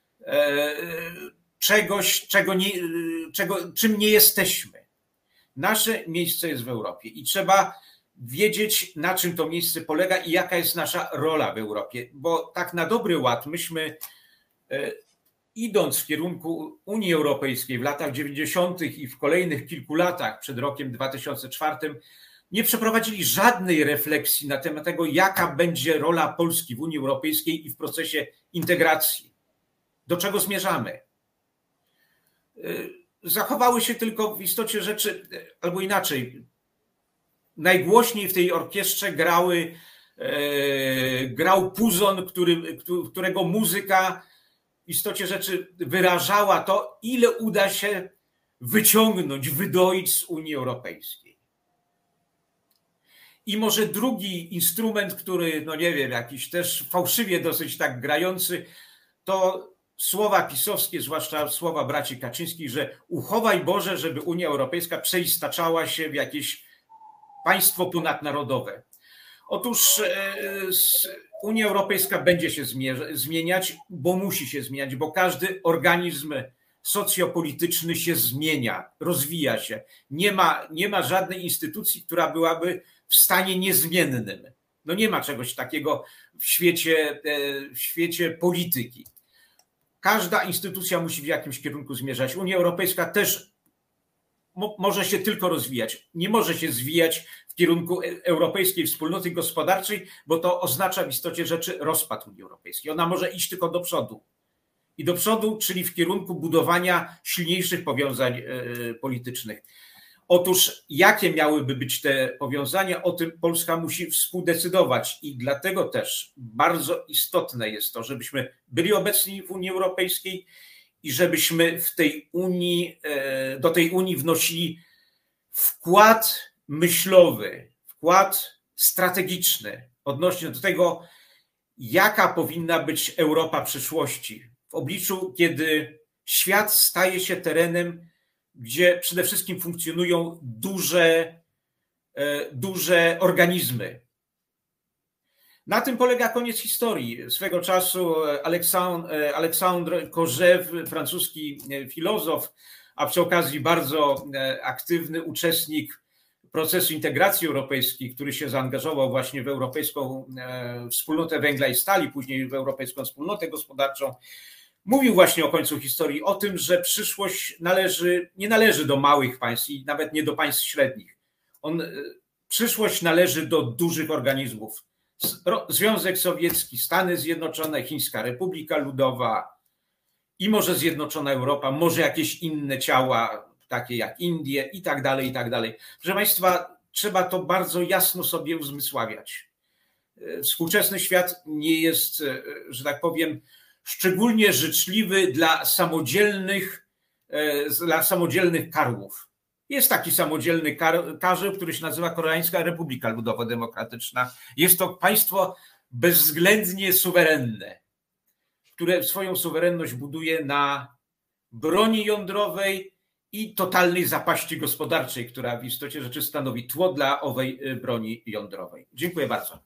czegoś, czym nie jesteśmy. Nasze miejsce jest w Europie i trzeba wiedzieć, na czym to miejsce polega i jaka jest nasza rola w Europie, bo tak na dobry ład myśmy, idąc w kierunku Unii Europejskiej w latach 90. i w kolejnych kilku latach przed rokiem 2004, nie przeprowadzili żadnej refleksji na temat tego, jaka będzie rola Polski w Unii Europejskiej i w procesie integracji. Do czego zmierzamy? Zachowały się tylko w istocie rzeczy, albo inaczej, najgłośniej w tej orkiestrze grał Puzon, którego muzyka w istocie rzeczy wyrażała to, ile uda się wyciągnąć, wydoić z Unii Europejskiej. I może drugi instrument, który, no nie wiem, jakiś też fałszywie dosyć tak grający, to słowa pisowskie, zwłaszcza słowa braci Kaczyńskich, że uchowaj Boże, żeby Unia Europejska przeistaczała się w jakieś państwo ponadnarodowe. Otóż Unia Europejska będzie się zmieniać, bo musi się zmieniać, bo każdy organizm socjopolityczny się zmienia, rozwija się. Nie ma żadnej instytucji, która byłaby w stanie niezmiennym. No nie ma czegoś takiego w świecie polityki. Każda instytucja musi w jakimś kierunku zmierzać. Unia Europejska też może się tylko rozwijać. Nie może się zwijać w kierunku europejskiej wspólnoty gospodarczej, bo to oznacza w istocie rzeczy rozpad Unii Europejskiej. Ona może iść tylko do przodu. I do przodu, czyli w kierunku budowania silniejszych powiązań politycznych. Otóż jakie miałyby być te powiązania, o tym Polska musi współdecydować i dlatego też bardzo istotne jest to, żebyśmy byli obecni w Unii Europejskiej i żebyśmy do tej Unii wnosili wkład myślowy, wkład strategiczny odnośnie do tego, jaka powinna być Europa przyszłości w obliczu, kiedy świat staje się terenem, gdzie przede wszystkim funkcjonują duże organizmy. Na tym polega koniec historii. Swego czasu Alexandre Kojève, francuski filozof, a przy okazji bardzo aktywny uczestnik procesu integracji europejskiej, który się zaangażował właśnie w Europejską Wspólnotę Węgla i Stali, później w Europejską Wspólnotę Gospodarczą, mówił właśnie o końcu historii, o tym, że przyszłość nie należy do małych państw i nawet nie do państw średnich. Przyszłość należy do dużych organizmów. Związek Sowiecki, Stany Zjednoczone, Chińska Republika Ludowa i może Zjednoczona Europa, może jakieś inne ciała, takie jak Indie i tak dalej, i tak dalej. Proszę Państwa, trzeba to bardzo jasno sobie uzmysławiać. Współczesny świat nie jest, że tak powiem, szczególnie życzliwy dla samodzielnych karłów. Jest taki samodzielny karzeł, który się nazywa Koreańska Republika Ludowo-Demokratyczna. Jest to państwo bezwzględnie suwerenne, które swoją suwerenność buduje na broni jądrowej i totalnej zapaści gospodarczej, która w istocie rzeczy stanowi tło dla owej broni jądrowej. Dziękuję bardzo.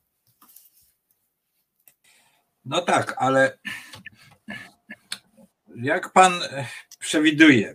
No tak, ale jak pan przewiduje,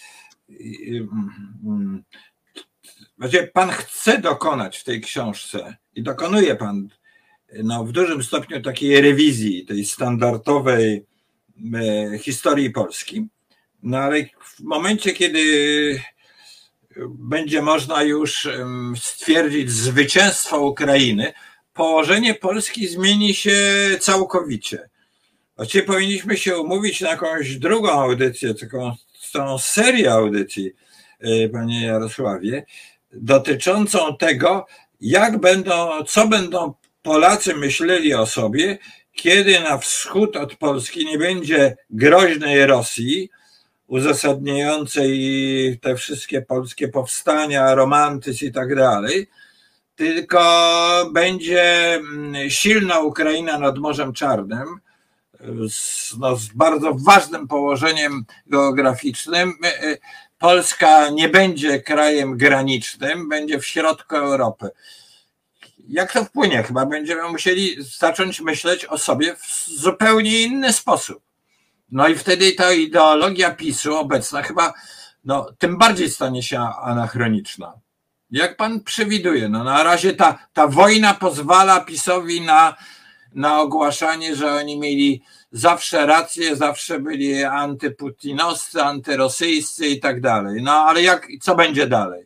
pan chce dokonać w tej książce i dokonuje pan w dużym stopniu takiej rewizji tej standardowej historii Polski, no ale w momencie, kiedy będzie można już stwierdzić zwycięstwo Ukrainy, położenie Polski zmieni się całkowicie. Właściwie powinniśmy się umówić na jakąś drugą audycję, całą serię audycji, panie Jarosławie, dotyczącą tego, co będą Polacy myśleli o sobie, kiedy na wschód od Polski nie będzie groźnej Rosji, uzasadniającej te wszystkie polskie powstania, romantyzm i tak dalej, tylko będzie silna Ukraina nad Morzem Czarnym, z bardzo ważnym położeniem geograficznym. Polska nie będzie krajem granicznym, będzie w środku Europy. Jak to wpłynie? Chyba będziemy musieli zacząć myśleć o sobie w zupełnie inny sposób. No i wtedy ta ideologia PiS-u obecna chyba tym bardziej stanie się anachroniczna. Jak pan przewiduje? Na razie ta wojna pozwala PiS-owi na ogłaszanie, że oni mieli zawsze rację, zawsze byli antyputinowscy, antyrosyjscy i tak dalej. No ale co będzie dalej?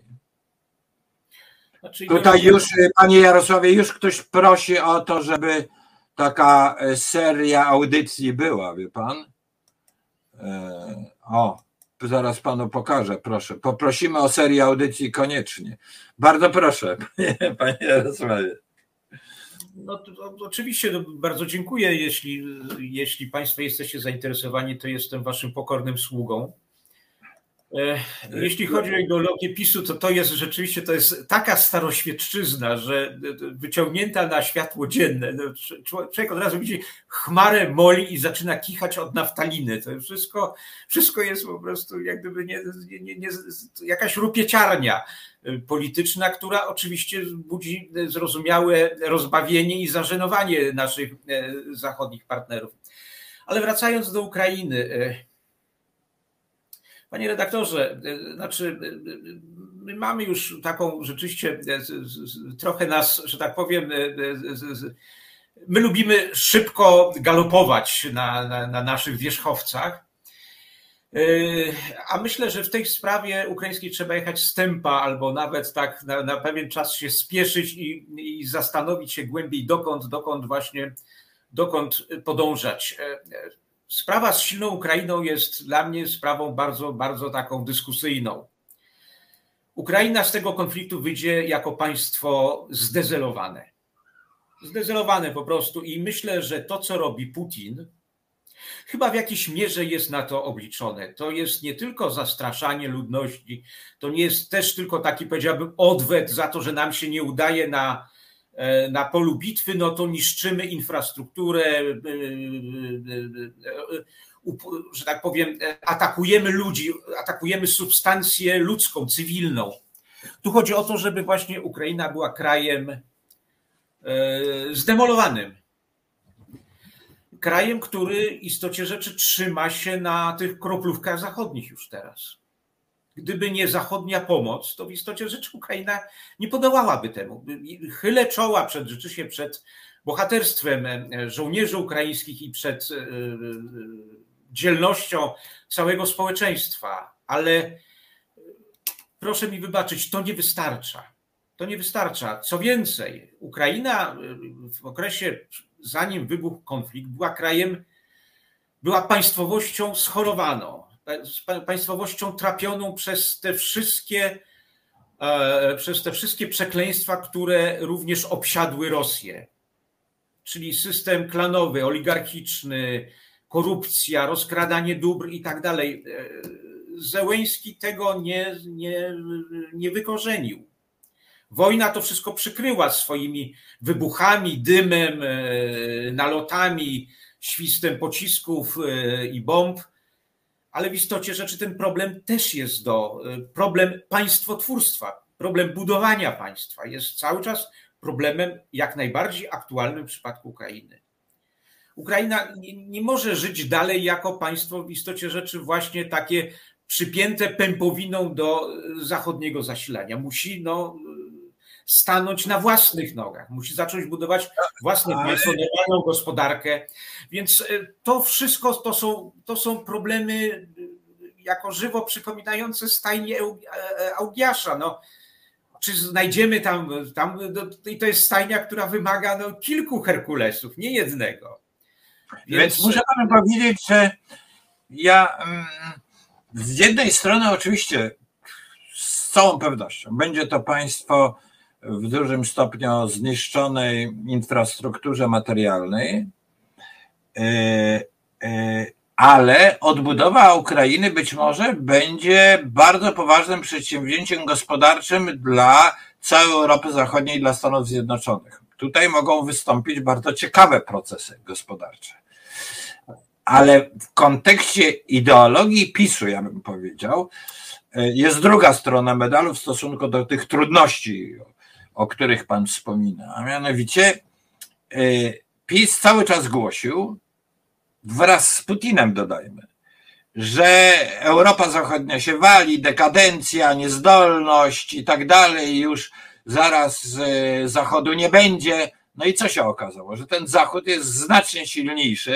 Tutaj już, panie Jarosławie, już ktoś prosi o to, żeby taka seria audycji była, wie pan? zaraz panu pokażę, proszę. Poprosimy o serię audycji koniecznie. Bardzo proszę, panie Jarosławie. No to oczywiście bardzo dziękuję. Jeśli państwo jesteście zainteresowani, to jestem waszym pokornym sługą. Jeśli chodzi o ideologię PiS-u, to jest rzeczywiście taka staroświecczyzna, że wyciągnięta na światło dzienne. Człowiek od razu widzi chmarę moli i zaczyna kichać od naftaliny. To wszystko jest po prostu jak gdyby jakaś rupieciarnia polityczna, która oczywiście budzi zrozumiałe rozbawienie i zażenowanie naszych zachodnich partnerów. Ale wracając do Ukrainy. Panie redaktorze, znaczy my mamy już taką rzeczywiście trochę nas, że tak powiem, my lubimy szybko galopować na naszych wierzchowcach, a myślę, że w tej sprawie ukraińskiej trzeba jechać z tempa albo nawet tak na pewien czas się spieszyć i zastanowić się głębiej, dokąd podążać. Sprawa z silną Ukrainą jest dla mnie sprawą bardzo, bardzo taką dyskusyjną. Ukraina z tego konfliktu wyjdzie jako państwo zdezelowane. Zdezelowane po prostu i myślę, że to, co robi Putin, chyba w jakiejś mierze jest na to obliczone. To jest nie tylko zastraszanie ludności, to nie jest też tylko taki, powiedziałbym, odwet za to, że nam się nie udaje na polu bitwy, no to niszczymy infrastrukturę, że tak powiem, atakujemy ludzi, atakujemy substancję ludzką, cywilną. Tu chodzi o to, żeby właśnie Ukraina była krajem zdemolowanym. Krajem, który w istocie rzeczy trzyma się na tych kroplówkach zachodnich już teraz. Gdyby nie zachodnia pomoc, to w istocie rzeczy Ukraina nie podołałaby temu. Chylę czoła przed bohaterstwem żołnierzy ukraińskich i przed dzielnością całego społeczeństwa, ale proszę mi wybaczyć, to nie wystarcza. To nie wystarcza. Co więcej, Ukraina w okresie, zanim wybuchł konflikt, była państwowością schorowaną, państwowością trapioną przez te wszystkie przekleństwa, które również obsiadły Rosję. Czyli system klanowy, oligarchiczny, korupcja, rozkradanie dóbr i tak dalej. Zełenski tego nie wykorzenił. Wojna to wszystko przykryła swoimi wybuchami, dymem, nalotami, świstem pocisków i bomb, ale w istocie rzeczy ten problem też jest problem państwotwórstwa, problem budowania państwa jest cały czas problemem jak najbardziej aktualnym w przypadku Ukrainy. Ukraina nie może żyć dalej jako państwo w istocie rzeczy właśnie takie przypięte pępowiną do zachodniego zasilania. Musi stanąć na własnych nogach, musi zacząć budować własne państwo, normalną gospodarkę. Więc to wszystko to są problemy jako żywo przypominające stajnię Augiasza. Czy znajdziemy tam i to jest stajnia, która wymaga kilku Herkulesów, nie jednego. Więc muszę panu powiedzieć, że ja z jednej strony oczywiście z całą pewnością będzie to państwo w dużym stopniu zniszczonej infrastrukturze materialnej, ale odbudowa Ukrainy być może będzie bardzo poważnym przedsięwzięciem gospodarczym dla całej Europy Zachodniej i dla Stanów Zjednoczonych. Tutaj mogą wystąpić bardzo ciekawe procesy gospodarcze. Ale w kontekście ideologii PiS-u, ja bym powiedział, jest druga strona medalu w stosunku do tych trudności, o których pan wspomina. A mianowicie PiS cały czas głosił, wraz z Putinem dodajmy, że Europa Zachodnia się wali, dekadencja, niezdolność i tak dalej, już zaraz Zachodu nie będzie. No i co się okazało? Że ten Zachód jest znacznie silniejszy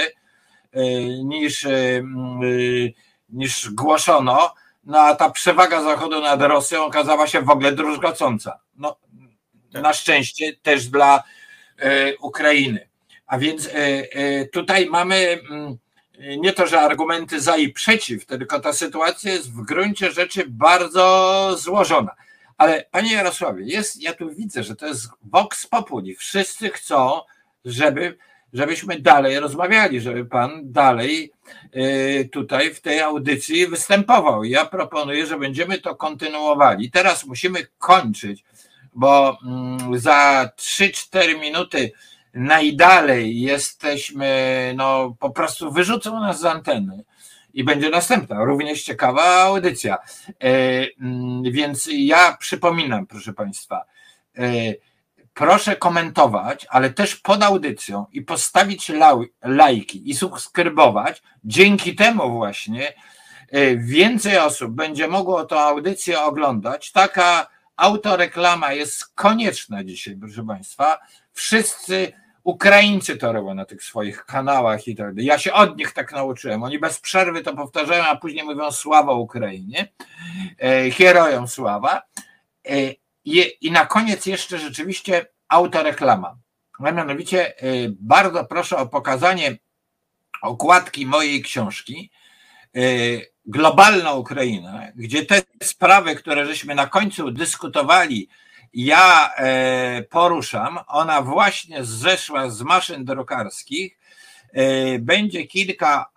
niż głoszono, a ta przewaga Zachodu nad Rosją okazała się w ogóle druzgocąca. Na szczęście też dla Ukrainy. A więc tutaj mamy nie to, że argumenty za i przeciw, tylko ta sytuacja jest w gruncie rzeczy bardzo złożona. Ale panie Jarosławie, ja tu widzę, że to jest vox populi. Wszyscy chcą, żebyśmy dalej rozmawiali, żeby pan dalej tutaj w tej audycji występował. Ja proponuję, że będziemy to kontynuowali. Teraz musimy kończyć, bo za 3-4 minuty najdalej jesteśmy, no po prostu wyrzucą nas z anteny i będzie następna, również ciekawa audycja. Więc ja przypominam, proszę państwa, proszę komentować, ale też pod audycją i postawić lajki i subskrybować. Dzięki temu właśnie więcej osób będzie mogło tę audycję oglądać. Taka autoreklama jest konieczna dzisiaj, proszę państwa. Wszyscy Ukraińcy to robią na tych swoich kanałach i tak dalej. Ja się od nich tak nauczyłem. Oni bez przerwy to powtarzają, a później mówią sława Ukrainie, herojom sława. I na koniec jeszcze rzeczywiście autoreklama. A mianowicie bardzo proszę o pokazanie okładki mojej książki Globalna Ukraina, gdzie te sprawy, które żeśmy na końcu dyskutowali, ja poruszam. Ona właśnie zeszła z maszyn drukarskich. Będzie kilka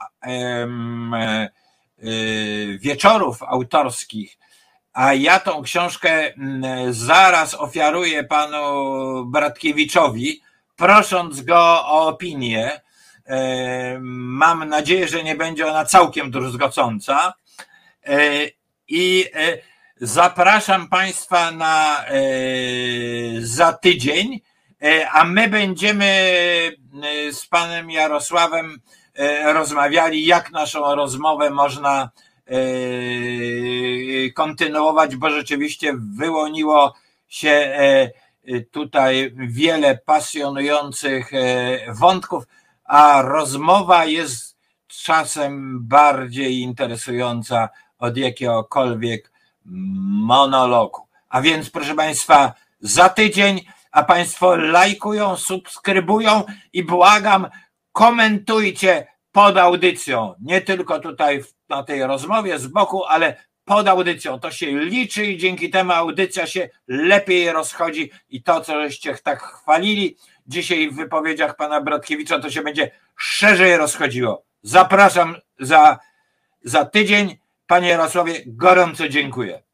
wieczorów autorskich, a ja tą książkę zaraz ofiaruję panu Bratkiewiczowi, prosząc go o opinię. Mam nadzieję, że nie będzie ona całkiem druzgocąca. I zapraszam państwa za tydzień, a my będziemy z panem Jarosławem rozmawiali, jak naszą rozmowę można kontynuować, bo rzeczywiście wyłoniło się tutaj wiele pasjonujących wątków, a rozmowa jest czasem bardziej interesująca od jakiegokolwiek monologu. A więc, proszę państwa, za tydzień, a państwo lajkują, subskrybują i błagam, komentujcie pod audycją, nie tylko tutaj na tej rozmowie z boku, ale pod audycją. To się liczy i dzięki temu audycja się lepiej rozchodzi i to, co żeście tak chwalili dzisiaj w wypowiedziach pana Bratkiewicza, to się będzie szerzej rozchodziło. Zapraszam za tydzień. Panie Jarosławie, gorąco dziękuję.